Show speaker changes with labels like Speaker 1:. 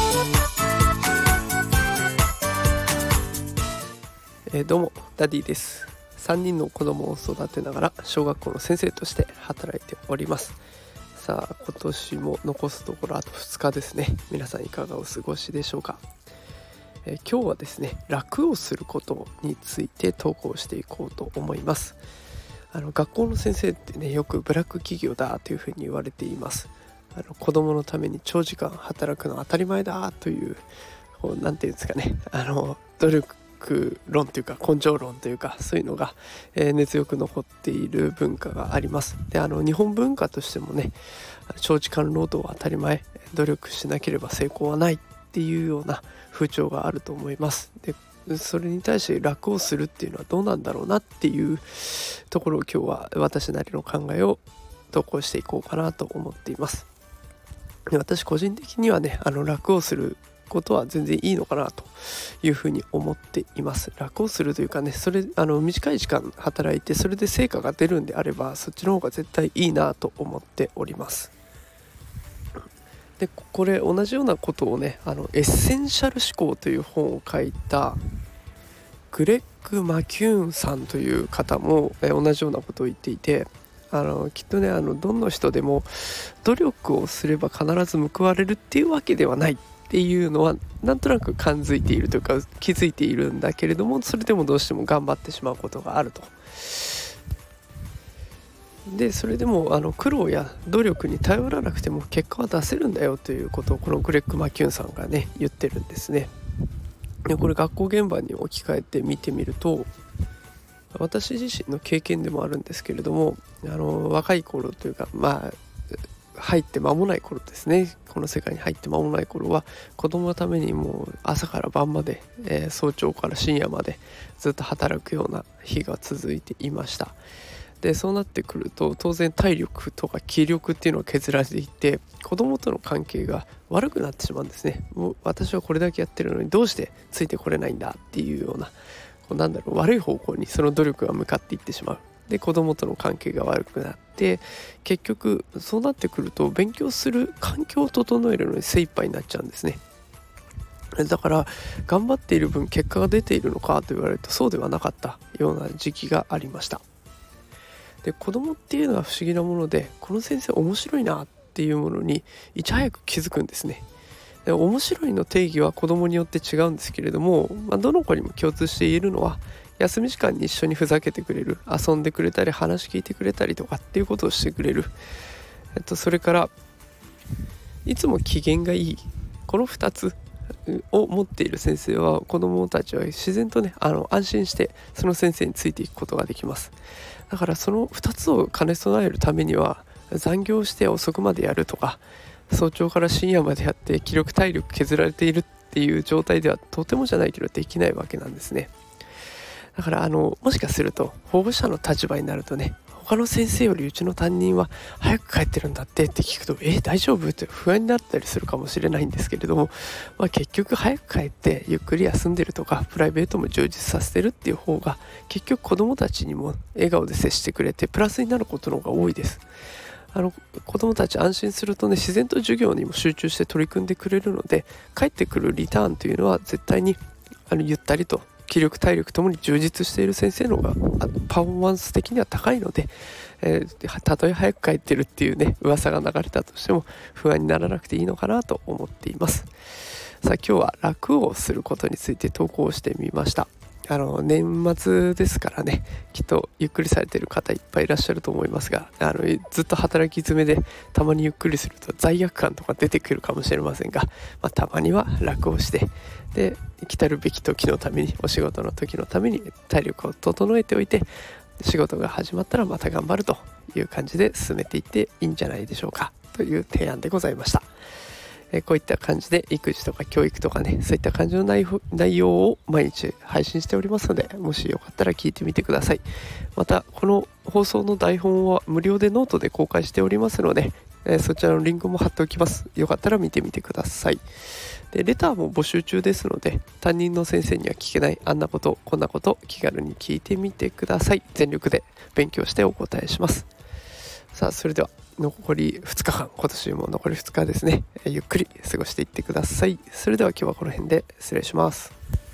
Speaker 1: どうもダディです。3人の子供を育てながら小学校の先生として働いております。さあ、今年も残すところあと2日ですね。皆さんいかがお過ごしでしょうか。今日はですね、楽をすることについて投稿していこうと思います。学校の先生ってね、よくブラック企業だというふうに言われています。子供のために長時間働くのは当たり前だという、なんていうんですかね、努力論というか根性論というか、そういうのが、根強く残っている文化があります。で、日本文化としてもね、長時間労働は当たり前、努力しなければ成功はないっていうような風潮があると思います。で、それに対して楽をするっていうのはどうなんだろうなっていうところを今日は私なりの考えを投稿していこうかなと思っています。で、私個人的にはね、楽をすることは全然いいのかなというふうに思っています。楽をするというかね、それ短い時間働いてそれで成果が出るんであれば、そっちの方が絶対いいなと思っております。で、これ同じようなことをね、エッセンシャル思考という本を書いたグレッグ・マキューンさんという方も同じようなことを言っていて、きっとね、どの人でも努力をすれば必ず報われるっていうわけではないっていうのはなんとなく感づいているというか気づいているんだけれども、それでもどうしても頑張ってしまうことがあると。で、それでも苦労や努力に頼らなくても結果は出せるんだよということをこのグレッグ・マキューンさんがね言ってるんですね。で、これ学校現場に置き換えて見てみると、私自身の経験でもあるんですけれども、若い頃というか入って間もない頃ですね、この世界に入って間もない頃は子供のためにもう朝から晩まで、早朝から深夜までずっと働くような日が続いていました。で、そうなってくると当然体力とか気力っていうのが削られていって子供との関係が悪くなってしまうんですね。もう私はこれだけやってるのにどうしてついてこれないんだっていうような、悪い方向にその努力が向かっていってしまう。で、子供との関係が悪くなって結局そうなってくると勉強する環境を整えるのに精一杯になっちゃうんですね。だから頑張っている分結果が出ているのかと言われるとそうではなかったような時期がありました。で、子供っていうのは不思議なもので、この先生面白いなっていうものにいち早く気づくんですね。で、面白いの定義は子供によって違うんですけれども、どの子にも共通して言えるのは休み時間に一緒にふざけてくれる、遊んでくれたり話聞いてくれたりとかっていうことをしてくれる、それからいつも機嫌がいい、この2つを持っている先生は子どもたちは自然とね安心してその先生についていくことができます。だからその2つを兼ね備えるためには残業して遅くまでやるとか早朝から深夜までやって気力体力削られているっていう状態ではとてもじゃないけどできないわけなんですね。だからもしかすると保護者の立場になるとね、他の先生よりうちの担任は早く帰ってるんだって聞くと大丈夫って不安になったりするかもしれないんですけれども、結局早く帰ってゆっくり休んでるとかプライベートも充実させてるっていう方が結局子どもたちにも笑顔で接してくれてプラスになることの方が多いです。子どもたち安心するとね、自然と授業にも集中して取り組んでくれるので帰ってくるリターンというのは絶対にゆったりと気力体力ともに充実している先生の方がパフォーマンス的には高いので、たとえ早く帰ってるっていうね噂が流れたとしても不安にならなくていいのかなと思っています。さあ、今日は楽をすることについて投稿してみました。年末ですからね、きっとゆっくりされている方いっぱいいらっしゃると思いますが、ずっと働き詰めでたまにゆっくりすると罪悪感とか出てくるかもしれませんが、たまには楽をして、で来たるべき時のために、お仕事の時のために体力を整えておいて、仕事が始まったらまた頑張るという感じで進めていっていいんじゃないでしょうかという提案でございました。こういった感じで育児とか教育とかね、そういった感じの内容を毎日配信しておりますので、もしよかったら聞いてみてください。またこの放送の台本は無料でノートで公開しておりますので、そちらのリンクも貼っておきます。よかったら見てみてください。で、レターも募集中ですので、担任の先生には聞けないあんなことこんなこと気軽に聞いてみてください。全力で勉強してお答えします。 さあそれでは残り2日間、今年も残り2日ですね、ゆっくり過ごしていってください。それでは今日はこの辺で失礼します。